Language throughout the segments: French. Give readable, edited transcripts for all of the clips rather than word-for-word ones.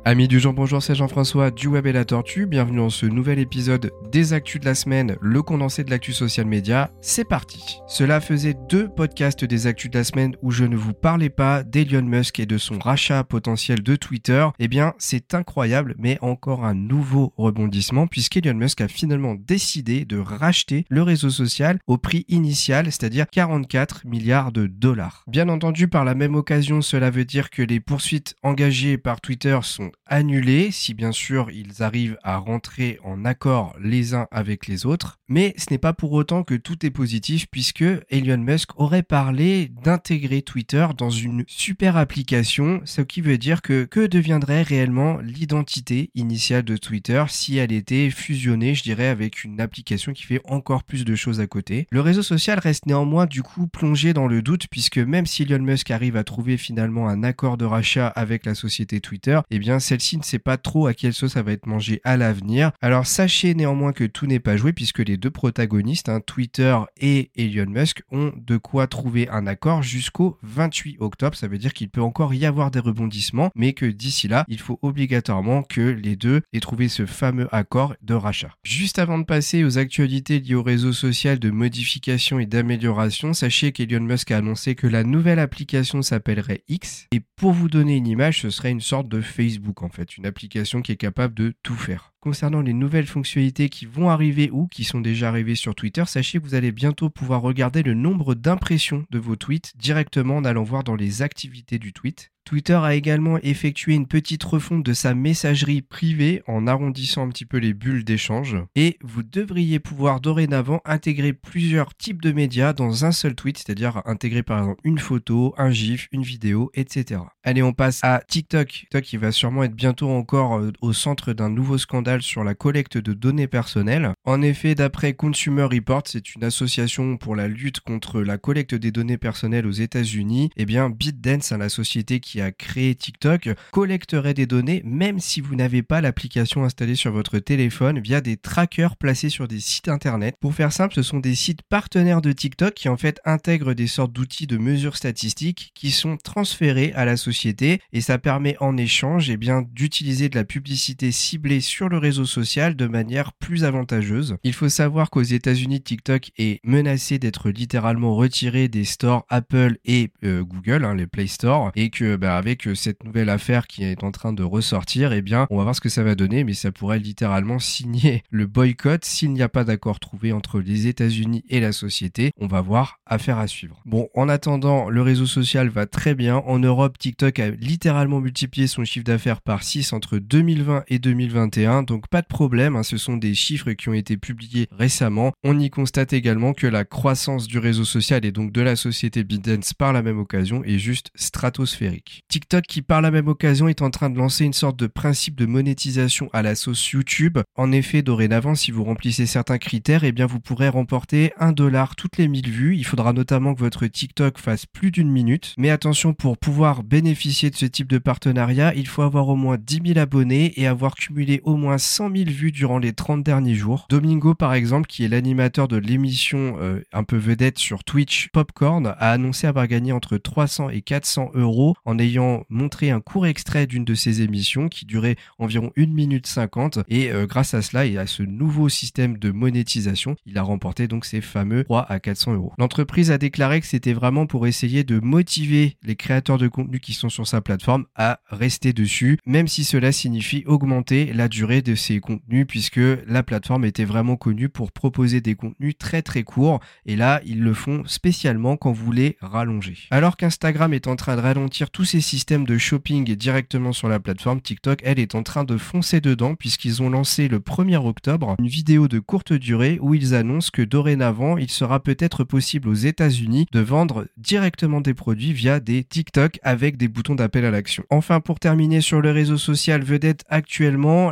Amis du jour, bonjour, c'est Jean-François du Web et la Tortue. Bienvenue dans ce nouvel épisode des Actus de la semaine, le condensé de l'actu social média. C'est parti. Cela faisait 2 podcasts des Actus de la semaine où je ne vous parlais pas d'Elon Musk et de son rachat potentiel de Twitter. Eh bien, c'est incroyable, mais encore un nouveau rebondissement puisqu'Elon Musk a finalement décidé de racheter le réseau social au prix initial, c'est-à-dire 44 milliards de dollars. Bien entendu, par la même occasion, cela veut dire que les poursuites engagées par Twitter sont annulés si bien sûr ils arrivent à rentrer en accord les uns avec les autres. Mais ce n'est pas pour autant que tout est positif puisque Elon Musk aurait parlé d'intégrer Twitter dans une super application, ce qui veut dire que deviendrait réellement l'identité initiale de Twitter si elle était fusionnée, je dirais, avec une application qui fait encore plus de choses à côté. Le réseau social reste néanmoins du coup plongé dans le doute puisque même si Elon Musk arrive à trouver finalement un accord de rachat avec la société Twitter, eh bien celle-ci ne sait pas trop à quelle sauce ça va être mangé à l'avenir. Alors sachez néanmoins que tout n'est pas joué puisque les deux protagonistes, Twitter et Elon Musk, ont de quoi trouver un accord jusqu'au 28 octobre. Ça veut dire qu'il peut encore y avoir des rebondissements, mais que d'ici là, il faut obligatoirement que les deux aient trouvé ce fameux accord de rachat. Juste avant de passer aux actualités liées au réseau social de modification et d'amélioration, sachez qu'Elon Musk a annoncé que la nouvelle application s'appellerait X. Et pour vous donner une image, ce serait une sorte de Facebook en fait, une application qui est capable de tout faire. Concernant les nouvelles fonctionnalités qui vont arriver ou qui sont déjà arrivées sur Twitter, sachez que vous allez bientôt pouvoir regarder le nombre d'impressions de vos tweets directement en allant voir dans les activités du tweet. Twitter a également effectué une petite refonte de sa messagerie privée en arrondissant un petit peu les bulles d'échange. Et vous devriez pouvoir dorénavant intégrer plusieurs types de médias dans un seul tweet, c'est-à-dire intégrer par exemple une photo, un gif, une vidéo, etc. Allez, on passe à TikTok. TikTok qui va sûrement être bientôt encore au centre d'un nouveau scandale sur la collecte de données personnelles. En effet, d'après Consumer Report, c'est une association pour la lutte contre la collecte des données personnelles aux États-Unis. Eh bien, ByteDance, la société qui a créé TikTok, collecterait des données même si vous n'avez pas l'application installée sur votre téléphone via des trackers placés sur des sites internet. Pour faire simple, ce sont des sites partenaires de TikTok qui en fait intègrent des sortes d'outils de mesure statistique qui sont transférés à la société et ça permet en échange d'utiliser de la publicité ciblée sur le réseau social de manière plus avantageuse. Il faut savoir qu'aux États-Unis, TikTok est menacé d'être littéralement retiré des stores Apple et Google, les Play Store, et que avec cette nouvelle affaire qui est en train de ressortir, on va voir ce que ça va donner, mais ça pourrait littéralement signer le boycott s'il n'y a pas d'accord trouvé entre les États-Unis et la société. On va voir, affaire à suivre. Bon, en attendant, le réseau social va très bien. En Europe, TikTok a littéralement multiplié son chiffre d'affaires par 6 entre 2020 et 2021, donc pas de problème, ce sont des chiffres qui ont été publiés récemment. On y constate également que la croissance du réseau social et donc de la société ByteDance par la même occasion est juste stratosphérique. TikTok qui par la même occasion est en train de lancer une sorte de principe de monétisation à la sauce YouTube. En effet, dorénavant, si vous remplissez certains critères, vous pourrez remporter $1 toutes les 1000 vues. Il faudra notamment que votre TikTok fasse plus d'1 minute. Mais attention, pour pouvoir bénéficier de ce type de partenariat, il faut avoir au moins 10 000 abonnés et avoir cumulé au moins 100 000 vues durant les 30 derniers jours. Domingo, par exemple, qui est l'animateur de l'émission un peu vedette sur Twitch, Popcorn, a annoncé avoir gagné entre 300 et 400 euros en ayant montré un court extrait d'une de ses émissions qui durait environ 1 minute 50 et grâce à cela et à ce nouveau système de monétisation, il a remporté donc ces fameux 3 à 400 euros. L'entreprise a déclaré que c'était vraiment pour essayer de motiver les créateurs de contenu qui sont sur sa plateforme à rester dessus, même si cela signifie augmenter la durée de ces contenus puisque la plateforme était vraiment connue pour proposer des contenus très très courts et là ils le font spécialement quand vous les rallongez. Alors qu'Instagram est en train de ralentir tous ces systèmes de shopping directement sur la plateforme, TikTok elle est en train de foncer dedans puisqu'ils ont lancé le 1er octobre une vidéo de courte durée où ils annoncent que dorénavant il sera peut-être possible aux États-Unis de vendre directement des produits via des TikTok avec des boutons d'appel à l'action. Enfin, pour terminer sur le réseau social vedette actuellement, l'application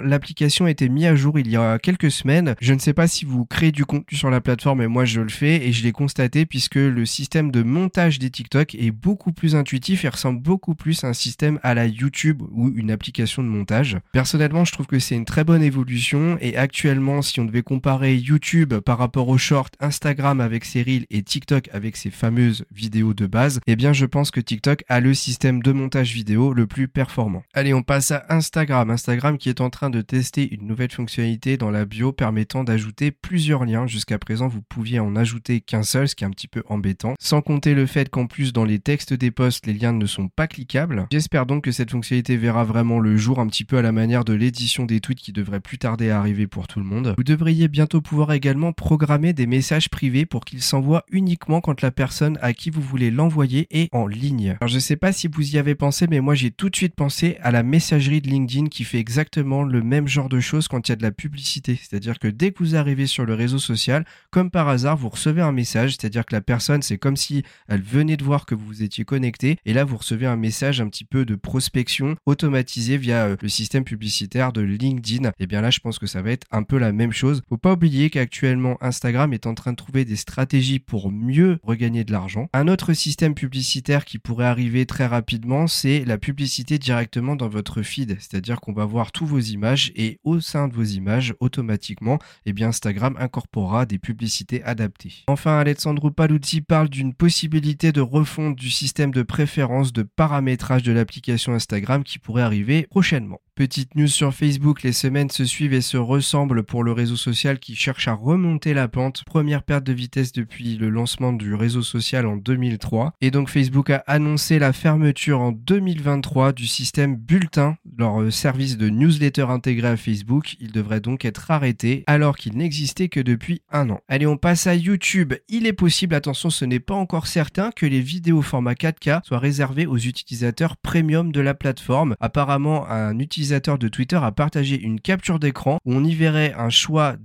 l'application a été mise à jour il y a quelques semaines. Je ne sais pas si vous créez du contenu sur la plateforme, mais moi je le fais et je l'ai constaté puisque le système de montage des TikTok est beaucoup plus intuitif et ressemble beaucoup plus à un système à la YouTube ou une application de montage. Personnellement, je trouve que c'est une très bonne évolution et actuellement, si on devait comparer YouTube par rapport aux shorts, Instagram avec ses reels et TikTok avec ses fameuses vidéos de base, eh bien je pense que TikTok a le système de montage vidéo le plus performant. Allez, on passe à Instagram. Instagram qui est en train de tester une nouvelle fonctionnalité dans la bio permettant d'ajouter plusieurs liens. Jusqu'à présent, vous pouviez en ajouter qu'un seul, ce qui est un petit peu embêtant. Sans compter le fait qu'en plus, dans les textes des posts, les liens ne sont pas cliquables. J'espère donc que cette fonctionnalité verra vraiment le jour un petit peu à la manière de l'édition des tweets qui devrait plus tarder à arriver pour tout le monde. Vous devriez bientôt pouvoir également programmer des messages privés pour qu'ils s'envoient uniquement quand la personne à qui vous voulez l'envoyer est en ligne. Alors je sais pas si vous y avez pensé, mais moi j'ai tout de suite pensé à la messagerie de LinkedIn qui fait exactement le même genre de choses quand il y a de la publicité. C'est-à-dire que dès que vous arrivez sur le réseau social, comme par hasard, vous recevez un message, c'est-à-dire que la personne, c'est comme si elle venait de voir que vous vous étiez connecté, et là vous recevez un message un petit peu de prospection automatisé via le système publicitaire de LinkedIn. Et bien là, je pense que ça va être un peu la même chose. Faut pas oublier qu'actuellement, Instagram est en train de trouver des stratégies pour mieux regagner de l'argent. Un autre système publicitaire qui pourrait arriver très rapidement, c'est la publicité directement dans votre feed. C'est-à-dire qu'on va voir tous vos images et au sein de vos images, automatiquement, eh bien Instagram incorporera des publicités adaptées. Enfin, Alessandro Paluzzi parle d'une possibilité de refonte du système de préférence de paramétrage de l'application Instagram qui pourrait arriver prochainement. Petite news sur Facebook, les semaines se suivent et se ressemblent pour le réseau social qui cherche à remonter la pente. Première perte de vitesse depuis le lancement du réseau social en 2003. Et donc Facebook a annoncé la fermeture en 2023 du système Bulletin, leur service de newsletter intégré à Facebook. Il devrait donc être arrêté alors qu'il n'existait que depuis un an. Allez, on passe à YouTube. Il est possible, attention, ce n'est pas encore certain, que les vidéos format 4K soient réservées aux utilisateurs premium de la plateforme. Apparemment, un utilisateur de Twitter a partagé une capture d'écran où on y verrait un choix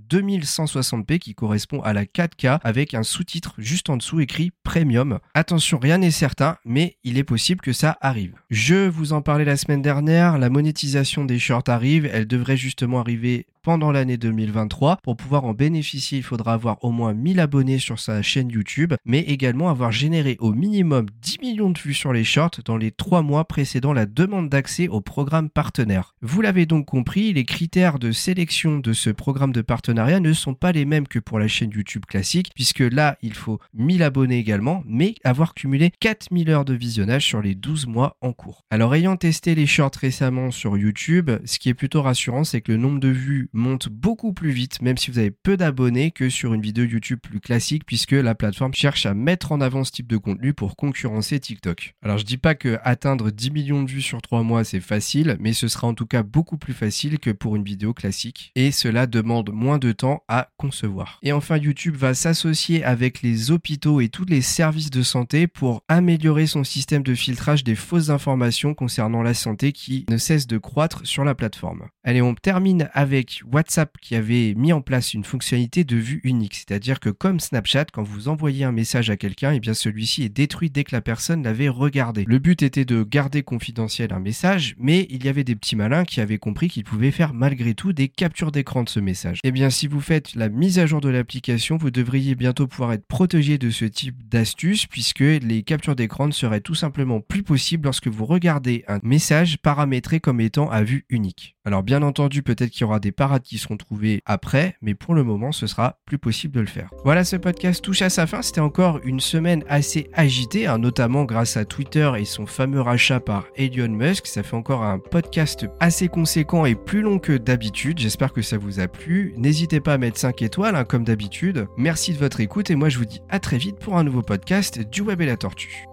2160p qui correspond à la 4K avec un sous-titre juste en dessous écrit Premium. Attention, rien n'est certain, mais il est possible que ça arrive. Je vous en parlais la semaine dernière, la monétisation des shorts arrive, elle devrait justement arriver pendant l'année 2023. Pour pouvoir en bénéficier, il faudra avoir au moins 1000 abonnés sur sa chaîne YouTube, mais également avoir généré au minimum 10 millions de vues sur les shorts dans les 3 mois précédant la demande d'accès au programme partenaire. Vous l'avez donc compris, les critères de sélection de ce programme de partenariat ne sont pas les mêmes que pour la chaîne YouTube classique, puisque là, il faut 1000 abonnés également, mais avoir cumulé 4000 heures de visionnage sur les 12 mois en cours. Alors, ayant testé les shorts récemment sur YouTube, ce qui est plutôt rassurant, c'est que le nombre de vues monte beaucoup plus vite, même si vous avez peu d'abonnés, que sur une vidéo YouTube plus classique, puisque la plateforme cherche à mettre en avant ce type de contenu pour concurrencer TikTok. Alors je dis pas que atteindre 10 millions de vues sur 3 mois c'est facile, mais ce sera en tout cas beaucoup plus facile que pour une vidéo classique, et cela demande moins de temps à concevoir. Et enfin, YouTube va s'associer avec les hôpitaux et tous les services de santé pour améliorer son système de filtrage des fausses informations concernant la santé qui ne cesse de croître sur la plateforme. Allez, on termine avec WhatsApp qui avait mis en place une fonctionnalité de vue unique, c'est-à-dire que comme Snapchat, quand vous envoyez un message à quelqu'un, eh bien celui-ci est détruit dès que la personne l'avait regardé. Le but était de garder confidentiel un message, mais il y avait des petits malins qui avaient compris qu'ils pouvaient faire malgré tout des captures d'écran de ce message. Eh bien si vous faites la mise à jour de l'application, vous devriez bientôt pouvoir être protégé de ce type d'astuces, puisque les captures d'écran ne seraient tout simplement plus possibles lorsque vous regardez un message paramétré comme étant à vue unique. Alors bien entendu, peut-être qu'il y aura des parades qui seront trouvées après, mais pour le moment, ce sera plus possible de le faire. Voilà, ce podcast touche à sa fin. C'était encore une semaine assez agitée, notamment grâce à Twitter et son fameux rachat par Elon Musk. Ça fait encore un podcast assez conséquent et plus long que d'habitude. J'espère que ça vous a plu. N'hésitez pas à mettre 5 étoiles, comme d'habitude. Merci de votre écoute et moi, je vous dis à très vite pour un nouveau podcast du Web et la Tortue.